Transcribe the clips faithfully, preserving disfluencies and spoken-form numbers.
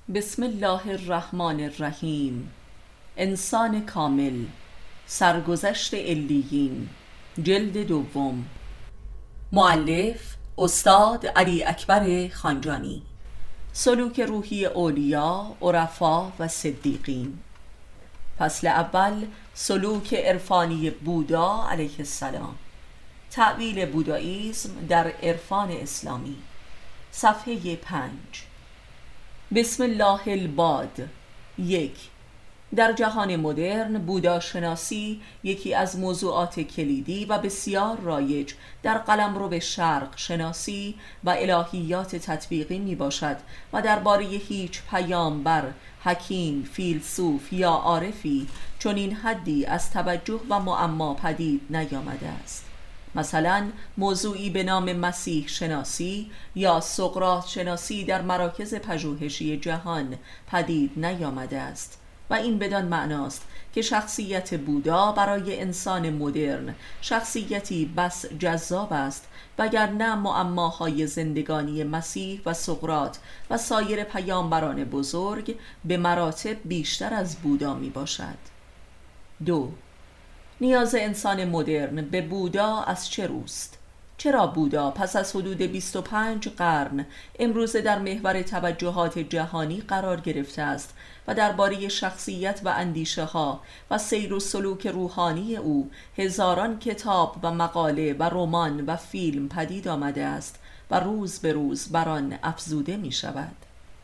بسم الله الرحمن الرحیم. انسان کامل، سرگذشت علیین، جلد دوم. مؤلف استاد علی اکبر خانجانی. سلوک روحی اولیا، عرفا و صدیقین. فصل اول، سلوک عرفانی بودا علیه السلام. تأویل بوداییسم در عرفان اسلامی. صفحه پنج. بسم الله الباد. یک. در جهان مدرن بوداشناسی یکی از موضوعات کلیدی و بسیار رایج در قلمرو شرق شناسی و الهیات تطبیقی می باشد و درباره هیچ پیامبر، حکیم، فیلسوف یا عارفی چنین حدی از توجه و معما پدید نیامده است. مثلا موضوعی به نام مسیح شناسی یا سقراط شناسی در مراکز پژوهشی جهان پدید نیامده است و این بدان معناست که شخصیت بودا برای انسان مدرن شخصیتی بس جذاب است، وگرنه معماهای زندگانی مسیح و سقراط و سایر پیامبران بزرگ به مراتب بیشتر از بودا می باشد. دو. نیاز انسان مدرن به بودا از چه روست؟ چرا بودا پس از حدود بیست و پنج قرن امروزه در محور توجهات جهانی قرار گرفته است و درباره شخصیت و اندیشه ها و سیر و سلوک روحانی او هزاران کتاب و مقاله و رمان و فیلم پدید آمده است و روز به روز بر آن افزوده می شود؟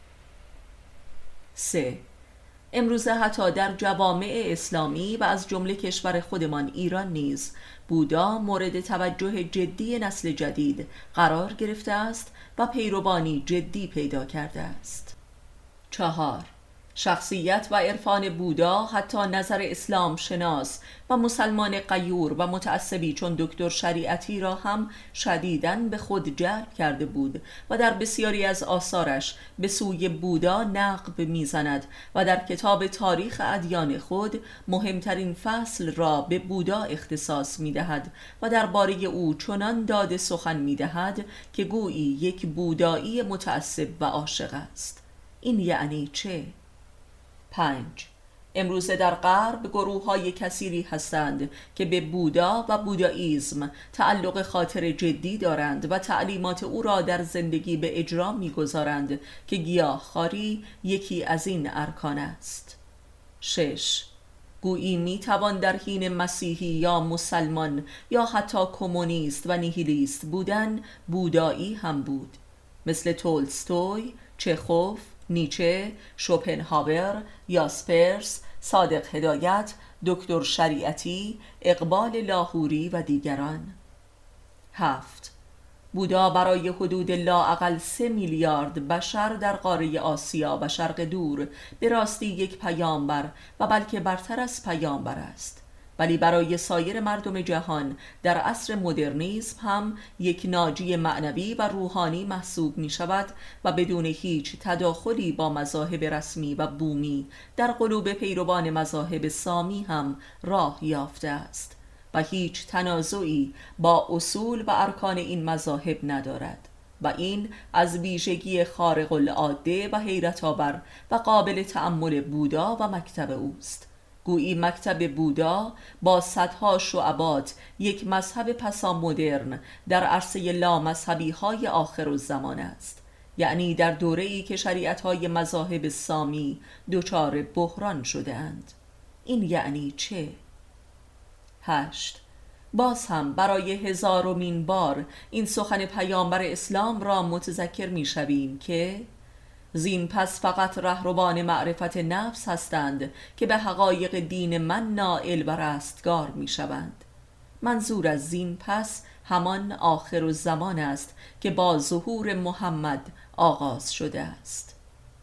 سه. امروزه حتی در جوامع اسلامی و از جمله کشور خودمان ایران نیز بودا مورد توجه جدی نسل جدید قرار گرفته است و پیروانی جدی پیدا کرده است. چهار. شخصیت و عرفان بودا حتی نظر اسلام شناس و مسلمان غیور و متعصبی چون دکتر شریعتی را هم شدیداً به خود جلب کرده بود و در بسیاری از آثارش به سوی بودا نقب میزند و در کتاب تاریخ ادیان خود مهمترین فصل را به بودا اختصاص میدهد و درباره او چنان داد سخن میدهد که گویی یک بودایی متعصب و عاشق است. این یعنی چه؟ پنج. امروزه در غرب گروه های کثیری هستند که به بودا و بوداییسم تعلق خاطر جدی دارند و تعلیمات او را در زندگی به اجرا می‌گذارند که گیاهخواری یکی از این ارکان است. شش. گویی میتوان در حین مسیحی یا مسلمان یا حتی کمونیست و نیهیلیست بودن بودایی هم بود، مثل تولستوی، چخوف، نیچه، شوپنهاور، یاسپرس، صادق هدایت، دکتر شریعتی، اقبال لاهوری و دیگران. هفت. بودا برای حدود لااقل سه میلیارد بشر در قاره آسیا و شرق دور به راستی یک پیامبر و بلکه برتر از پیامبر است، ولی برای سایر مردم جهان در عصر مدرنیسم هم یک ناجی معنوی و روحانی محسوب می شود و بدون هیچ تداخلی با مذاهب رسمی و بومی در قلوب پیروان مذاهب سامی هم راه یافته است و هیچ تنازعی با اصول و ارکان این مذاهب ندارد و این از ویژگی خارق العاده و حیرت آور و قابل تأمل بودا و مکتب اوست. گویی مکتب بودا با صدها شعبات یک مذهب پسا مدرن در عرصه لامذهبی های آخر الزمان است، یعنی در دوره‌ای که شریعت های مذاهب سامی دچار بحران شده اند. این یعنی چه؟ هشت. باز هم برای هزارمین بار این سخن پیامبر اسلام را متذکر می شویم که زین پس فقط رهروان معرفت نفس هستند که به حقایق دین من نائل و رستگار می شوند. منظور از زین پس همان آخر الزمان است که با ظهور محمد آغاز شده است.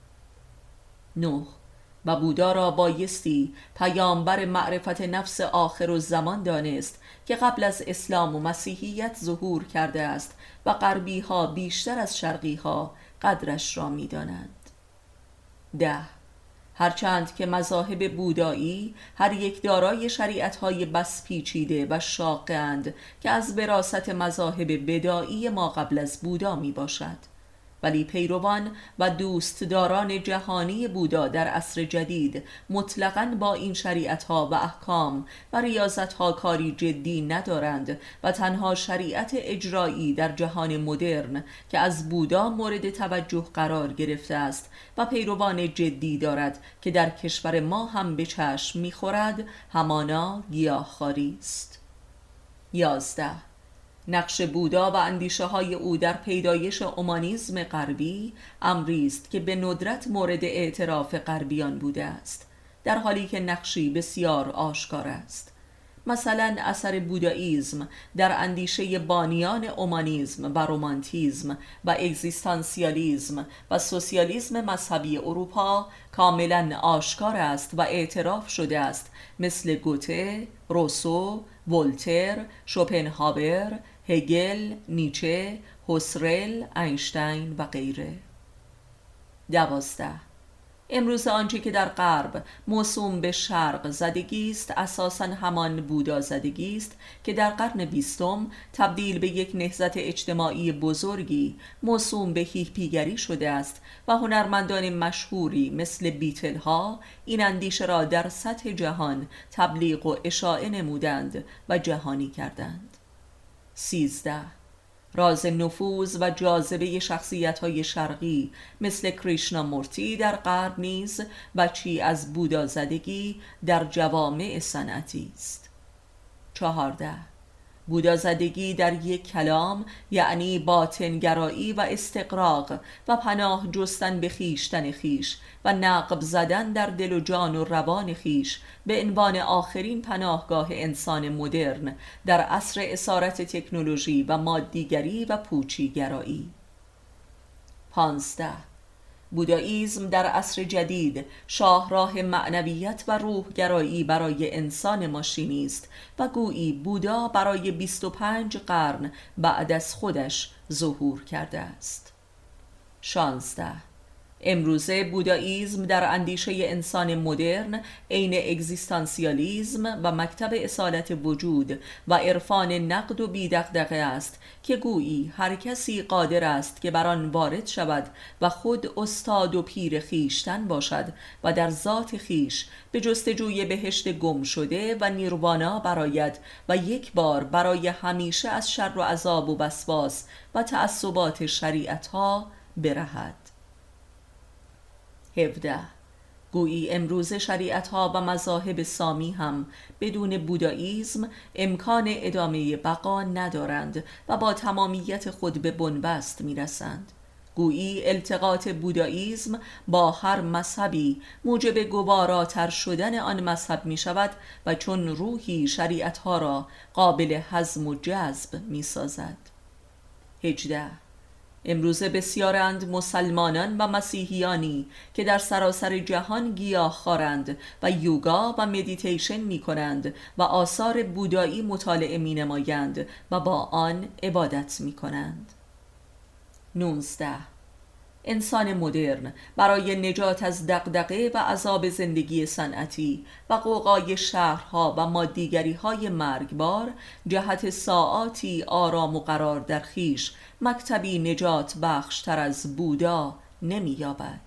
نه. و بودا را بایستی پیامبر معرفت نفس آخر الزمان دانست که قبل از اسلام و مسیحیت ظهور کرده است و غربی ها بیشتر از شرقی ها قدرش را می دانند. ده. هرچند که مذاهب بودایی هر یک دارای شریعت‌های بس پیچیده و شاق‌اند که از وراثت مذاهب بدائی ما قبل از بودا می باشد، ولی پیروان و دوستداران جهانی بودا در عصر جدید مطلقاً با این شریعت‌ها و احکام و ریاضت‌ها کاری جدی ندارند و تنها شریعت اجرایی در جهان مدرن که از بودا مورد توجه قرار گرفته است و پیروان جدی دارد که در کشور ما هم به چشم می‌خورد همانا گیاهخواری است. یازده. نقش بودا و اندیشه های او در پیدایش اومانیسم غربی امری است که به ندرت مورد اعتراف غربیان بوده است، در حالی که نقشی بسیار آشکار است. مثلا اثر بوداییسم در اندیشه بانیان اومانیسم و رومانتیسم و اگزیستانسیالیسم و سوسیالیسم مذهبی اروپا کاملا آشکار است و اعتراف شده است، مثل گوته، روسو، ولتر، شوپنهاور، هگل، نیچه، هوسرل، اینشتین و غیره. دوازده. امروز آنچه که در غرب موسوم به شرق زدگی است اساساً همان بودا زدگی است که در قرن بیستم تبدیل به یک نهضت اجتماعی بزرگی موسوم به هیپیگری شده است و هنرمندان مشهوری مثل بیتل ها این اندیشه را در سطح جهان تبلیغ و اشاعه نمودند و جهانی کردند. سیزده. راز نفوذ و جاذبه شخصیت‌های شرقی مثل کریشنامورتی در غرب نیز بچی از بودا زدگی در جوامع صنعتی است. چهارده. بودا زدگی در یک کلام یعنی باطنگرایی و استقراق و پناه جستن به خیشتن خیش و نقب زدن در دل و جان و روان خیش به عنوان آخرین پناهگاه انسان مدرن در عصر اسارت تکنولوژی و مادیگری و پوچیگرایی. پانزده. بوداییسم در عصر جدید شاهراه معنویت و روحگرایی برای انسان ماشینی است و گویی بودا برای بیست و پنج قرن بعد از خودش ظهور کرده است. شانزده. امروزه بوداییسم در اندیشه انسان مدرن عین اگزیستانسیالیسم و مکتب اصالت وجود و عرفان نقد و بی‌دغدغه است که گویی هر کسی قادر است که بر آن وارد شود و خود استاد و پیر خیشتن باشد و در ذات خیش به جستجوی بهشت گم شده و نیروانا براید و یک بار برای همیشه از شر و عذاب و وسواس و تعصبات شریعتها برهد. هفده. گویی امروز شریعتها و مذاهب سامی هم بدون بوداییسم امکان ادامه بقا ندارند و با تمامیت خود به بنبست میرسند. گویی التقاط بوداییسم با هر مذهبی موجب گواراتر شدن آن مذهب می شود و چون روحی شریعتها را قابل هضم و جذب می سازد. هجده. امروزه بسیارند مسلمانان و مسیحیانی که در سراسر جهان گیاه خورند و یوگا و مدیتیشن می کنند و آثار بودایی مطالعه می نمایند و با آن عبادت می کنند. نوزده. انسان مدرن برای نجات از دغدغه و عذاب زندگی صنعتی و غوغای شهرها و مادیگری‌های مرگبار جهت ساعاتی آرام و قرار در خویش مکتبی نجات بخشتر از بودا نمی‌یابد.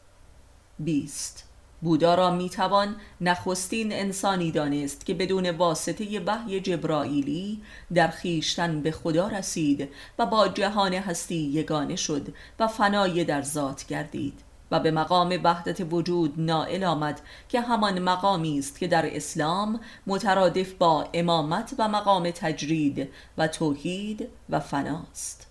بیست. بودا را میتوان نخستین انسانی دانست که بدون واسطه وحی جبرائیلی در خیشتن به خدا رسید و با جهان هستی یگانه شد و فنای در ذات گردید و به مقام وحدت وجود نائل آمد که همان مقامی است که در اسلام مترادف با امامت و مقام تجرید و توحید و فناست.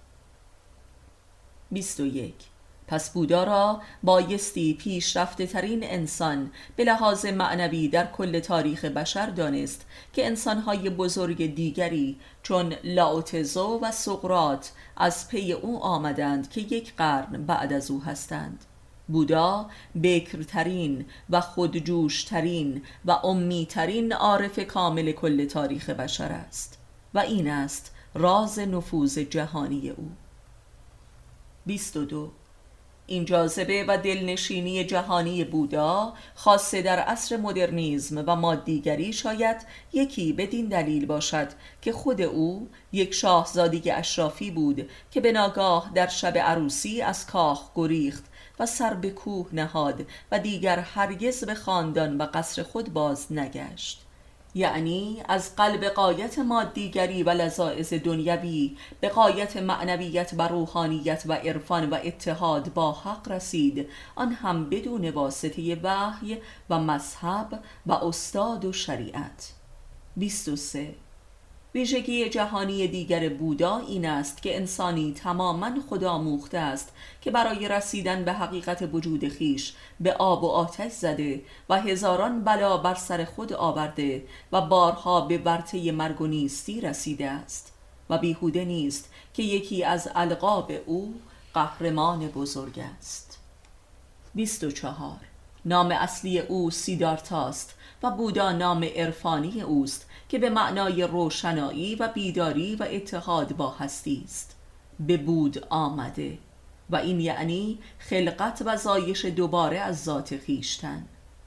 بیست و یک. پس بودا را بایستی پیشرفته ترین انسان به لحاظ معنوی در کل تاریخ بشر دانست که انسانهای بزرگ دیگری چون لاوتزو و سقراط از پی او آمدند که یک قرن بعد از او هستند. بودا بکرترین و خودجوشترین و امیترین عارف کامل کل تاریخ بشر است و این است راز نفوذ جهانی او. بیست و دو. این جاذبه و دلنشینی جهانی بودا خاصه در عصر مدرنیسم و مادیگری شاید یکی بدین دلیل باشد که خود او یک شاهزاده اشرافی بود که به ناگاه در شب عروسی از کاخ گریخت و سر به کوه نهاد و دیگر هرگز به خاندان و قصر خود باز نگشت. یعنی از قلب غایت مادیگری و لذائذ دنیوی به غایت معنویت و روحانیت و عرفان و اتحاد با حق رسید، آن هم بدون واسطه وحی و مذهب و استاد و شریعت. بیست و سه. ویژگی جهانی دیگر بودا این است که انسانی تماماً خودآموخته است که برای رسیدن به حقیقت وجود خیش به آب و آتش زده و هزاران بلا بر سر خود آورده و بارها به ورطه مرگ و نیستی رسیده است و بیهوده نیست که یکی از القاب او قهرمان بزرگ است. بیست و چهار. نام اصلی او سیدارتاست و بودا نام عرفانی اوست که به معنای روشنایی و بیداری و اتحاد با هستی است. به بود آمده و این یعنی خلقت و زایش دوباره از ذات خویشتن.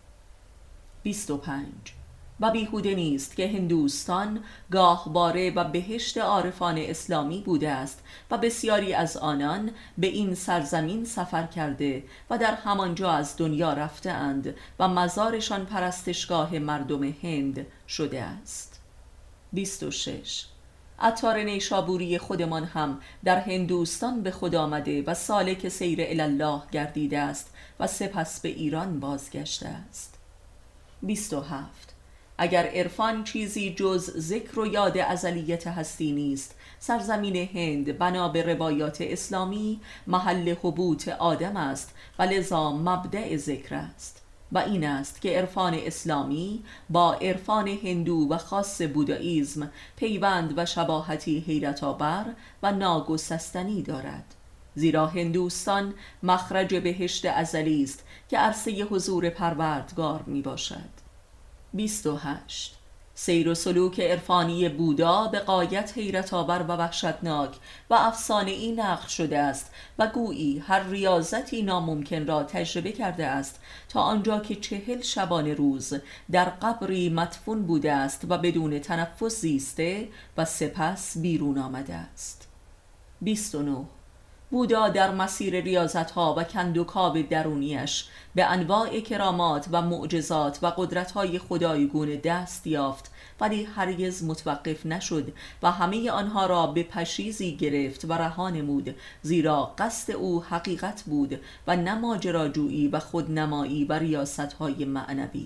بیست و پنج. و بیهوده نیست که هندوستان گاهواره و بهشت عارفان اسلامی بوده است و بسیاری از آنان به این سرزمین سفر کرده و در همانجا از دنیا رفته اند و مزارشان پرستشگاه مردم هند شده است. بیست و شش. عطار نیشابوری خودمان هم در هندوستان به خود آمده و سالک سیر الله گردیده است و سپس به ایران بازگشته است. بیست و هفت. اگر عرفان چیزی جز ذکر و یاد ازلیت هستی نیست، سرزمین هند بنا به روایات اسلامی محل حبوط آدم است و لذا مبدأ ذکر است و این است که عرفان اسلامی با عرفان هندو و خاص بودائیسم پیوند و شباهتی حیرت آور و ناگسستنی دارد، زیرا هندوستان مخرج بهشت ازلی است که عرصه حضور پروردگار می باشد. بیست و هشت. سیر و سلوک عرفانی بودا به غایت حیرت آور و وحشتناک و افسانه‌ای نقل شده است و گویی هر ریاضتی ناممکن را تجربه کرده است تا آنجا که چهل شبانه روز در قبری مدفون بوده است و بدون تنفس زیسته و سپس بیرون آمده است. بیست و نه. بودا در مسیر ریاضت‌ها و کندوکاو درونیش به انواع کرامات و معجزات و قدرت‌های خدایگون دست یافت، ولی هرگز متوقف نشد و همه آنها را به پشیزی گرفت و رها نمود، زیرا قصد او حقیقت بود و نه ماجراجویی و خودنمایی و ریاست‌های معنوی.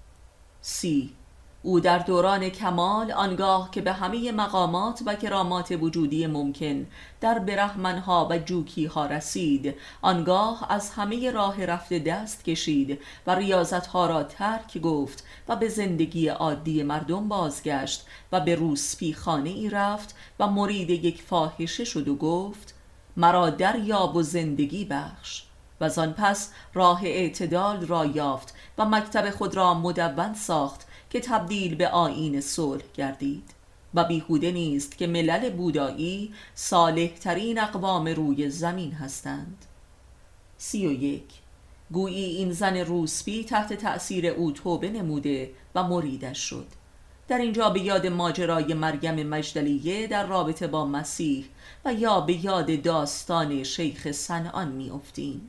سی. او در دوران کمال آنگاه که به همه مقامات و کرامات وجودی ممکن در برهمنها و جوکیها رسید، آنگاه از همه راه رفته دست کشید و ریاضتها را ترک گفت و به زندگی عادی مردم بازگشت و به روسپی خانه ای رفت و مرید یک فاحشه شد و گفت مرا دریاب و زندگی بخش، و زان پس راه اعتدال را یافت و مکتب خود را مدون ساخت که تبدیل به آیین صلح گردید. و بیهوده نیست که ملل بودایی صالح ترین اقوام روی زمین هستند. سی و یک. گویی این زن روسپی تحت تأثیر او توبه نموده و مریدش شد. در اینجا به یاد ماجرای مریم مجدلیه در رابطه با مسیح و یا به یاد داستان شیخ صنعان می افتیم.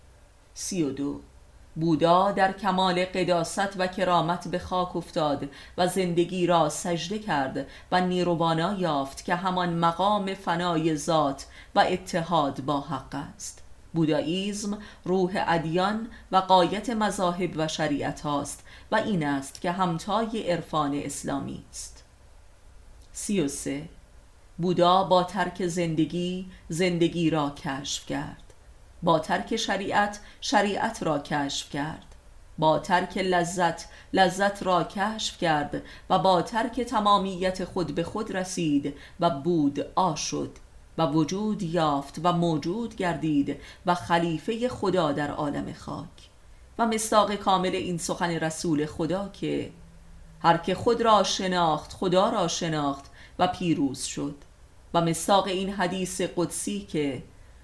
سی و دو. بودا در کمال قداست و کرامت به خاک افتاد و زندگی را سجده کرد و نیروبانا یافت که همان مقام فنای ذات و اتحاد با حق است. بوداییسم روح ادیان و غایت مذاهب و شریعت هاست و این است که همتای عرفان اسلامی است. سی و سه. بودا با ترک زندگی زندگی را کشف کرد، با ترک شریعت شریعت را کشف کرد، با ترک لذت لذت را کشف کرد و با ترک تمامیت خود به خود رسید و بود آ شد و وجود یافت و موجود گردید و خلیفه خدا در عالم خاک. و مصداق کامل این سخن رسول خدا که هر که خود را شناخت خدا را شناخت و پیروز شد، و مصداق این حدیث قدسی که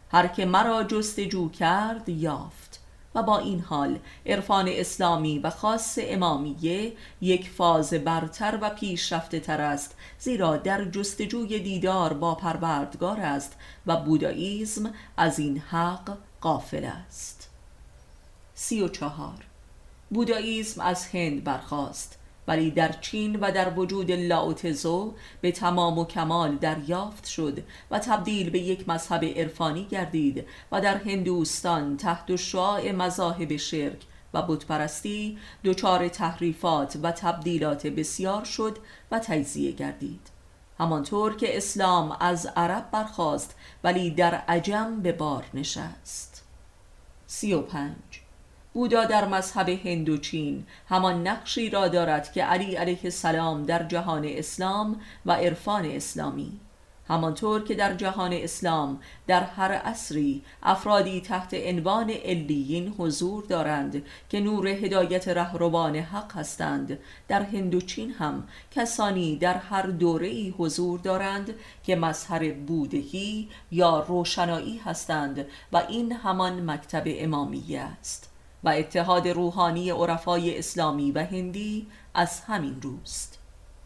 هر که مرا جستجو کرد یافت. و با این حال عرفان اسلامی و خاص امامیه یک فاز برتر و پیشرفته تر است، زیرا در جستجوی دیدار با پروردگار است و بوداییسم از این حق غافل است. سی و چهار. بوداییسم از هند برخاست، ولی در چین و در وجود لاوتزو به تمام و کمال دریافت شد و تبدیل به یک مذهب عرفانی گردید و در هندوستان تحت شعاع مذاهب شرک و بتپرستی دچار تحریفات و تبدیلات بسیار شد و تجزیه گردید. همانطور که اسلام از عرب برخاست ولی در عجم به بار نشست. سی و پنج. بودا در مذهب هندوچین همان نقشی را دارد که علی علیه السلام در جهان اسلام و عرفان اسلامی. همانطور که در جهان اسلام در هر عصری افرادی تحت عنوان علیین حضور دارند که نور هدایت رهروان حق هستند، در هندوچین هم کسانی در هر دوره‌ای حضور دارند که مظهر بودهی یا روشنایی هستند و این همان مکتب امامیه است و اتحاد روحانی عرفای اسلامی و هندی از همین روست.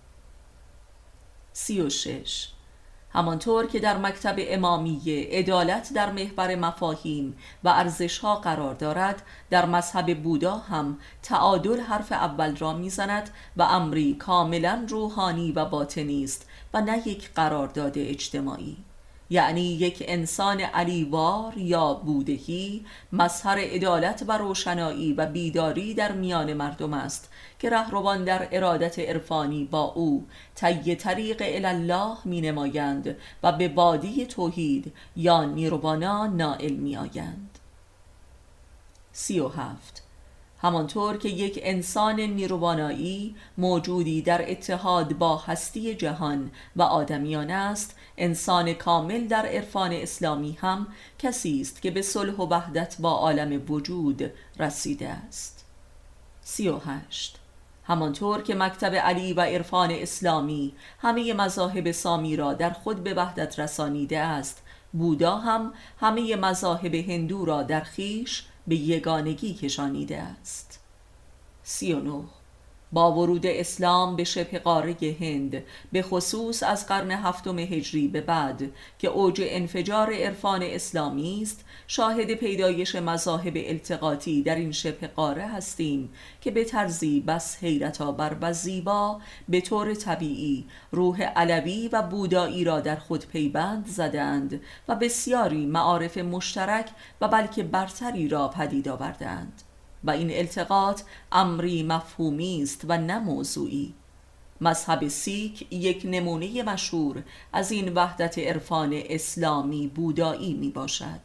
سی و شش. همانطور که در مکتب امامیه عدالت در محور مفاهیم و ارزش‌ها قرار دارد، در مذهب بودا هم تعادل حرف اول را میزند و امری کاملا روحانی و باطنی است و نه یک قرارداد اجتماعی. یعنی یک انسان علیوار یا بودهی مظهر عدالت و روشنایی و بیداری در میان مردم است که رهروان در ارادت عرفانی با او طی طریق الله می نمایند و به وادی توحید یا نیروانا نائل می آیند. سی و هفت. همانطور که یک انسان نیروانایی موجودی در اتحاد با هستی جهان و آدمیان است، انسان کامل در عرفان اسلامی هم کسی است که به صلح و وحدت با عالم وجود رسیده است. سی و هشت. همانطور که مکتب علی و عرفان اسلامی همه مذاهب سامی را در خود به وحدت رسانیده است، بودا هم همه مذاهب هندو را در خیش به یگانگی کشانیده است. سی و نه. با ورود اسلام به شبه قاره هند، به خصوص از قرن هفتم هجری به بعد که اوج انفجار عرفان اسلامی است، شاهد پیدایش مذاهب التقاطی در این شبه قاره هستیم که به طرزی بس حیرت آور و زیبا به طور طبیعی روح علوی و بودایی را در خود پیوند زدند و بسیاری معارف مشترک و بلکه برتری را پدید آوردند و این التقاط امری مفهومی است و نه موضوعی. مذهب سیک یک نمونه مشهور از این وحدت عرفان اسلامی بودایی می باشد.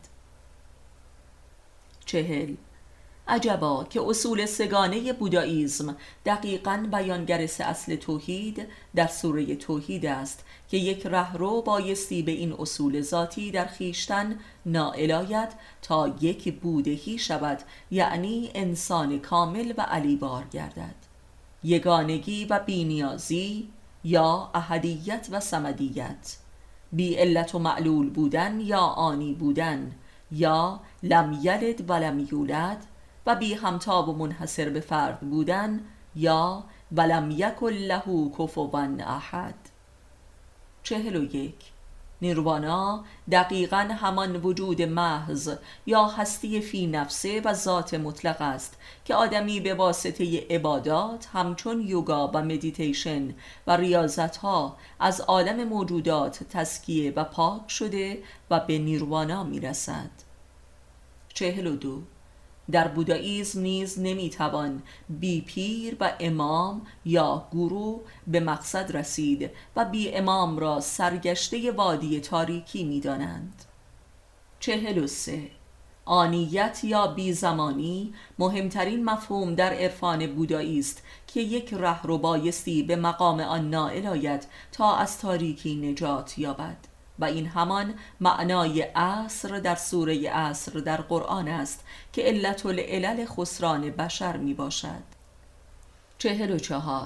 چهل. عجبا که اصول سگانه بوداییسم دقیقاً بیانگر سه اصل توحید در سوره توحید است که یک رهرو بایستی به این اصول ذاتی در خیشتن نائل آید تا یک بودهی شود، یعنی انسان کامل و علیوار گردد. یگانگی و بینیازی یا احدیت و صمدیت، بی علت و معلول بودن یا آنی بودن، یا لم یلد و لم یولد، و بی همتا و منحصر به فرد بودن، یا ولم یکن له کفوا احد. چهل و یک. نیروانا دقیقاً همان وجود محض یا هستی فی نفسه و ذات مطلق است که آدمی به واسطه عبادات همچون یوگا و مدیتیشن و ریاضت ها از عالم موجودات تزکیه و پاک شده و به نیروانا می رسد. چهل و دو. در بوداییسم نیز نمیتوان بی پیر و امام یا گورو به مقصد رسید و بی امام را سرگشته وادی تاریکی میدانند. چهل و سه. آنیت یا بی زمانی مهمترین مفهوم در عرفان بودایی است که یک رهرو بایستی به مقام آن نائل آید تا از تاریکی نجات یابد و این همان معنای عصر در سوره عصر در قرآن است که علت العلل خسران بشر می باشد. چهل و چهار.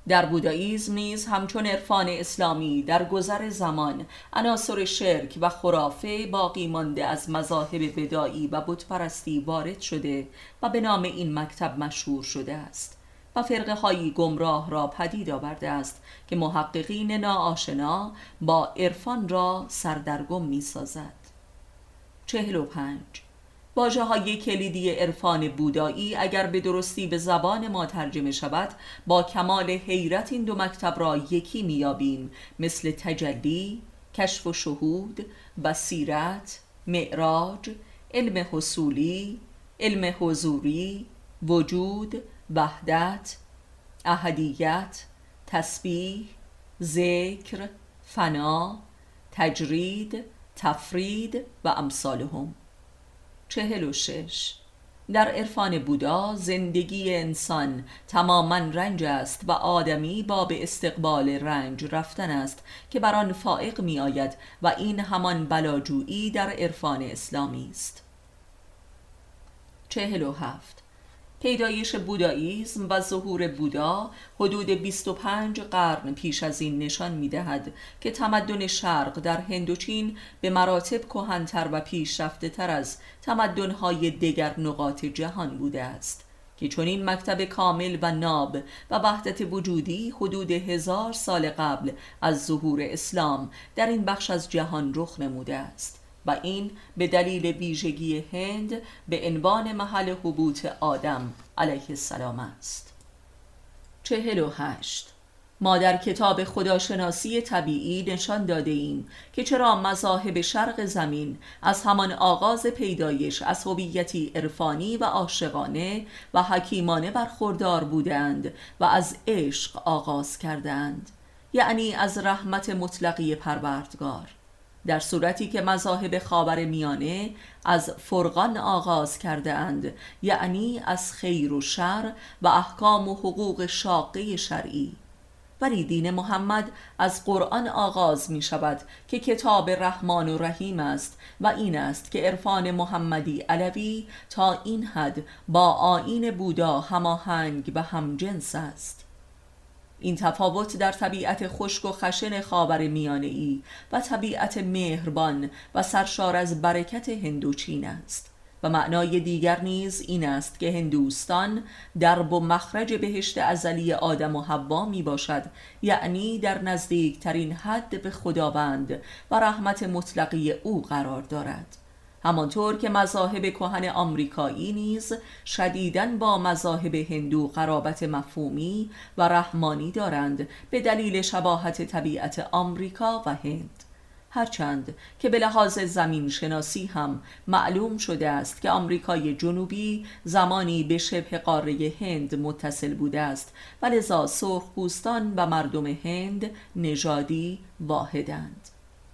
در بوداییسم نیز همچون عرفان اسلامی در گذر زمان عناصر شرک و خرافه باقی مانده از مذاهب بدائی و بتپرستی وارد شده و به نام این مکتب مشهور شده است و فرقه هایی گمراه را پدید آورده است که محققین ناآشنا با عرفان را سردرگم می سازد. چهل و پنج. واژه های کلیدی عرفان بودایی اگر به درستی به زبان ما ترجمه شود با کمال حیرت این دو مکتب را یکی میابیم، مثل تجلی، کشف و شهود، بصیرت، معراج، علم حصولی، علم حضوری، وجود، وحدت، احدیت، تسبیح، ذکر، فنا، تجرید، تفرید و امثالهم. چهل و شش. در عرفان بودا زندگی انسان تماما رنج است و آدمی با به استقبال رنج رفتن است که بر آن فائق می آید و این همان بلاجویی در عرفان اسلامی است. چهل و هفت. پیدایش بوداییسم و ظهور بودا حدود بیست و پنج قرن پیش از این نشان می‌دهد که تمدن شرق در هندوچین به مراتب کهن‌تر و پیشرفته تر از تمدن‌های دیگر نقاط جهان بوده است که چنین مکتب کامل و ناب و وحدت وجودی حدود هزار سال قبل از ظهور اسلام در این بخش از جهان رخ نموده است و این به دلیل ویژگی هند به عنوان محل حبوط آدم علیه السلام است. چهل و هشت. ما در کتاب خداشناسی طبیعی نشان داده ایم که چرا مذاهب شرق زمین از همان آغاز پیدایش از هویتی عرفانی و عاشقانه و حکیمانه برخوردار بودند و از عشق آغاز کردند، یعنی از رحمت مطلقی پروردگار، در صورتی که مذاهب خاور میانه از فرقان آغاز کرده اند، یعنی از خیر و شر و احکام و حقوق شاقه شرعی. ولی دین محمد از قرآن آغاز می شود که کتاب رحمان و رحیم است و این است که عرفان محمدی علوی تا این حد با آیین بودا هماهنگ و همجنس است. این تفاوت در طبیعت خشک و خشن خاور میانه‌ای و طبیعت مهربان و سرشار از برکت هندوچین است و معنای دیگر نیز این است که هندوستان درب و مخرج بهشت ازلی آدم و حوا می باشد، یعنی در نزدیکترین حد به خداوند و رحمت مطلقی او قرار دارد، همانطور که مذاهب کهن آمریکایی نیز شدیداً با مذاهب هندو قرابت مفهومی و رحمانی دارند به دلیل شباهت طبیعت آمریکا و هند، هرچند که به لحاظ زمین شناسی هم معلوم شده است که آمریکای جنوبی زمانی به شبه قاره هند متصل بوده است و لذا سرخپوستان و مردم هند نژادی واحدند.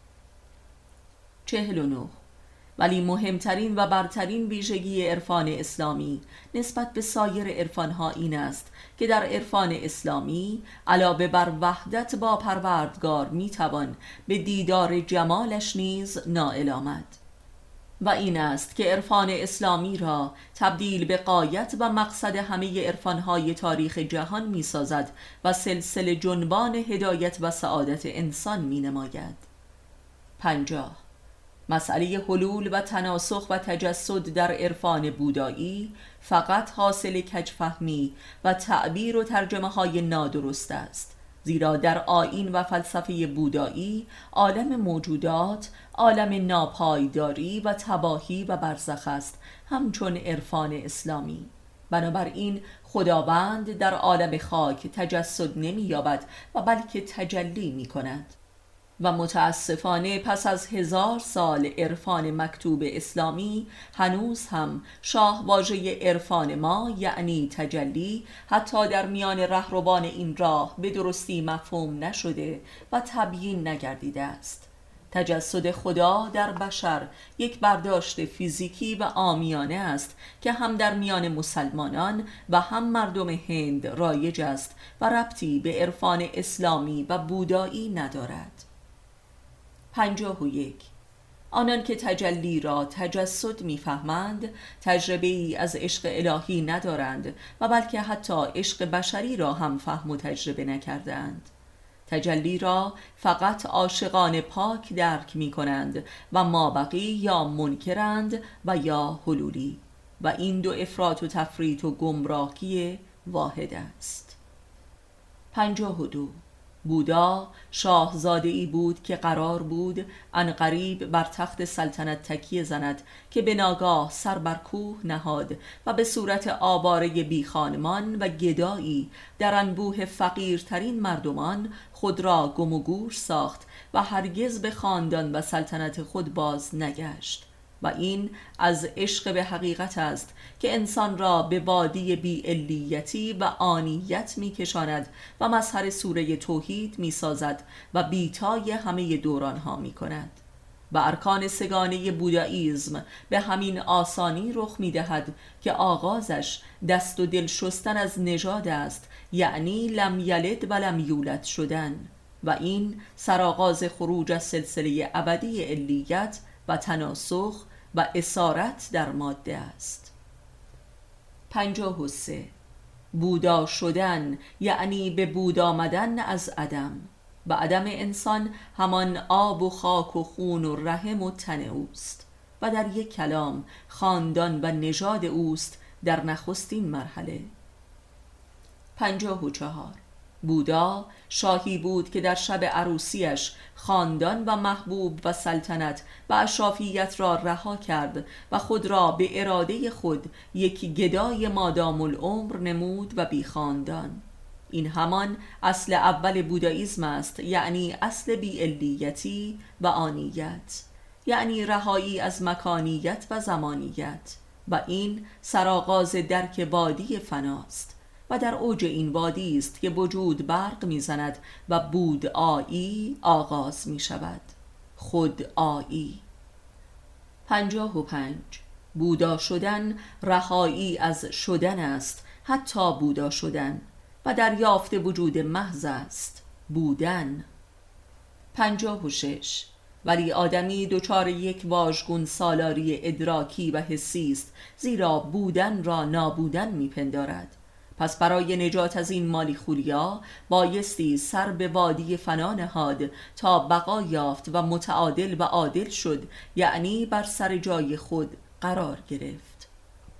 چهل و نه. ولی مهمترین و برترین ویژگی عرفان اسلامی نسبت به سایر عرفانها این است که در عرفان اسلامی علاوه بر وحدت با پروردگار میتوان به دیدار جمالش نیز نائل آمد و این است که عرفان اسلامی را تبدیل به غایت و مقصد همه عرفانهای تاریخ جهان میسازد و سلسله جنبان هدایت و سعادت انسان مینماید. پنجاه. مسئله حلول و تناسخ و تجسد در عرفان بودایی فقط حاصل کجفهمی و تعبیر و ترجمه های نادرست است، زیرا در آیین و فلسفه بودایی عالم موجودات عالم ناپایداری و تباهی و برزخ است، همچون عرفان اسلامی. بنابراین خداوند در عالم خاک تجسد نمی یابد و بلکه تجلی می کند و متاسفانه پس از هزار سال عرفان مکتوب اسلامی هنوز هم شاه واژه عرفان ما یعنی تجلی حتی در میان رهروان این راه به درستی مفهوم نشده و تبیین نگردیده است. تجسد خدا در بشر یک برداشت فیزیکی و عامیانه است که هم در میان مسلمانان و هم مردم هند رایج است و ربطی به عرفان اسلامی و بودایی ندارد. پنجاه و یک. آنان که تجلی را تجسد می‌فهمند تجربه ای از عشق الهی ندارند و بلکه حتی عشق بشری را هم فهم و تجربه نکردند. تجلی را فقط عاشقان پاک درک می کنند و مابقی یا منکرند و یا حلولی، و این دو افراط و تفریط و گمراهی واحد است. پنجاه و دو. بودا شاهزاده ای بود که قرار بود عنقریب بر تخت سلطنت تکیه زند که به ناگاه سر بر کوه نهاد و به صورت آواره بی خانمان و گدایی در انبوه فقیرترین مردمان خود را گم و گور ساخت و هرگز به خاندان و سلطنت خود باز نگشت. و این از عشق به حقیقت است که انسان را به وادی بی علیتی و آنیت می کشاند و مظهر سوره توحید می سازد و بیتای همه دوران ها می کند. و ارکان سگانه بوداییزم به همین آسانی رخ می دهد که آغازش دست و دل شستن از نژاد است، یعنی لم یلد و لم یولد شدن، و این سرآغاز خروج از سلسله ابدی علیت و تناسخ و اسارت در ماده است. پنجاه و سه. بودا شدن یعنی به بود آمدن از عدم، و عدم انسان همان آب و خاک و خون و رحم و تن اوست و در یک کلام خاندان و نژاد اوست در نخستین مرحله. پنجاه و چهار. بودا شاهی بود که در شب عروسیش خاندان و محبوب و سلطنت و اشرافیت را رها کرد و خود را به اراده خود یک گدای مادام العمر نمود و بی خاندان. این همان اصل اول بوداییسم است، یعنی اصل بی علیتی و آنیت، یعنی رهایی از مکانیت و زمانیت، و این سرآغاز درک وادی فناست و در اوج این وادی است که وجود برق میزند و بود آیی آغاز می شود. خود آیی. پنجاه و پنج. بودا شدن رهایی از شدن است، حتی بودا شدن، و دریافت وجود محض است، بودن. پنجاه و شش. ولی آدمی دچار یک واژگون سالاری ادراکی و حسی است، زیرا بودن را نابودن میپندارد. پس برای نجات از این مالی خولیا بایستی سر به وادی فنا نهاد تا بقا یافت و متعادل و عادل شد، یعنی بر سر جای خود قرار گرفت.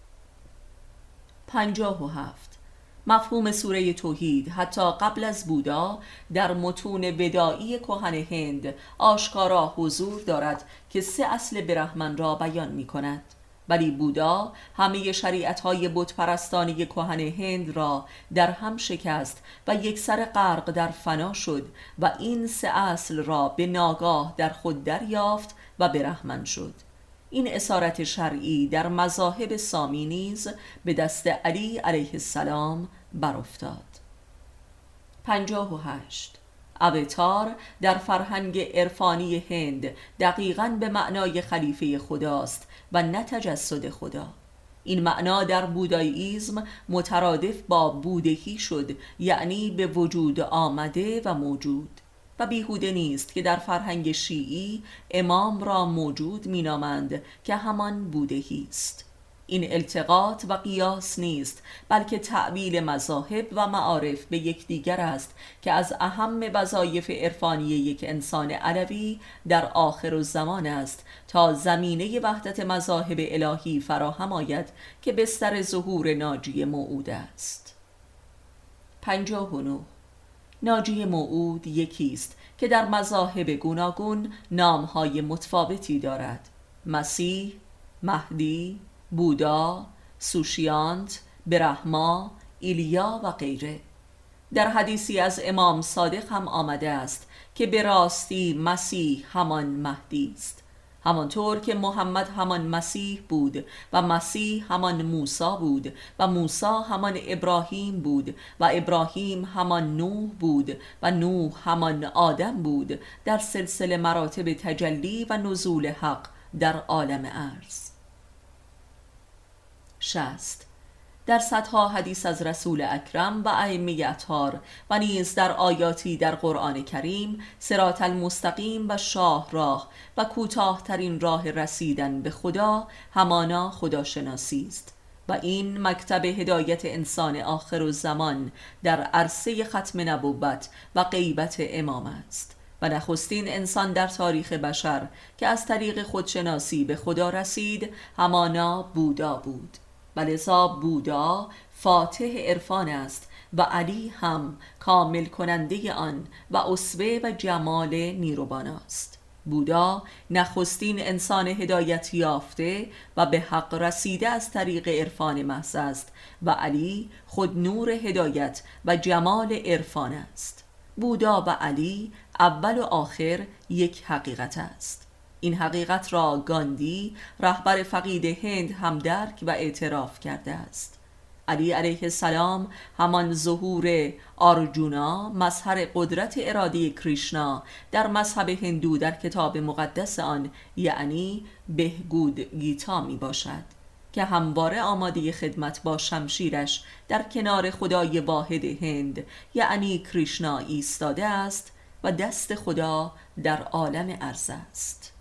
پنجاه و هفت. مفهوم سوره توحید حتی قبل از بودا در متون ودائی کهن هند آشکارا حضور دارد که سه اصل برهمن را بیان می کند. ولی بودا همه شریعت‌های بت پرستانی کهن هند را در هم شکست و یک سر غرق در فنا شد و این سه اصل را به ناگاه در خود دریافت و برهمن شد. این اسارت شرعی در مذاهب سامی نیز به دست علی علیه السلام برافتاد. پنجاه و هشت. اوتار در فرهنگ عرفانی هند دقیقاً به معنای خلیفه خداست و نه تجسد خدا. این معنا در بوداییسم مترادف با بودهی شد، یعنی به وجود آمده و موجود، و بیهوده نیست که در فرهنگ شیعی امام را موجود مینامند که همان بودهی است. این التقاط و قیاس نیست، بلکه تعبیل مذاهب و معارف به یکدیگر است که از اهم وظایف عرفانی یک انسان علوی در آخر الزمان است تا زمینه وحدت مذاهب الهی فراهم آید که بستر ظهور ناجی موعود است. پنجاه و نه. ناجی موعود یکی است که در مذاهب گوناگون نامهای متفاوتی دارد: مسیح، مهدی، بودا، سوشیانت، برهما، ایلیا و غیره. در حدیثی از امام صادق هم آمده است که به راستی مسیح همان مهدی است، همانطور که محمد همان مسیح بود و مسیح همان موسی بود و موسی همان ابراهیم بود و ابراهیم همان نوح بود و نوح همان آدم بود در سلسله مراتب تجلی و نزول حق در عالم ارض. شصت. در صدها حدیث از رسول اکرم و ائمه اطهار و نیز در آیاتی در قرآن کریم صراط المستقیم و شاهراه و کوتاه‌ترین راه رسیدن به خدا همانا خداشناسی است و این مکتب هدایت انسان آخرالزمان در عرصه ختم نبوت و غیبت امام است و نخستین انسان در تاریخ بشر که از طریق خودشناسی به خدا رسید همانا بودا بود و لذا بودا فاتح عرفان است و علی هم کامل کننده آن و اسوه و جمال نیروبانا است. بودا نخستین انسان هدایت یافته و به حق رسیده از طریق عرفان محض است و علی خود نور هدایت و جمال عرفان است. بودا و علی اول و آخر یک حقیقت است. این حقیقت را گاندی رهبر فقید هند هم درک و اعتراف کرده است. علی علیه السلام همان ظهور آرجونا، مظهر قدرت ارادی کریشنا در مذهب هندو در کتاب مقدس آن یعنی بهگود گیتا می باشد که همواره آماده خدمت با شمشیرش در کنار خدای واحد هند یعنی کریشنا ایستاده است و دست خدا در عالم ارض است.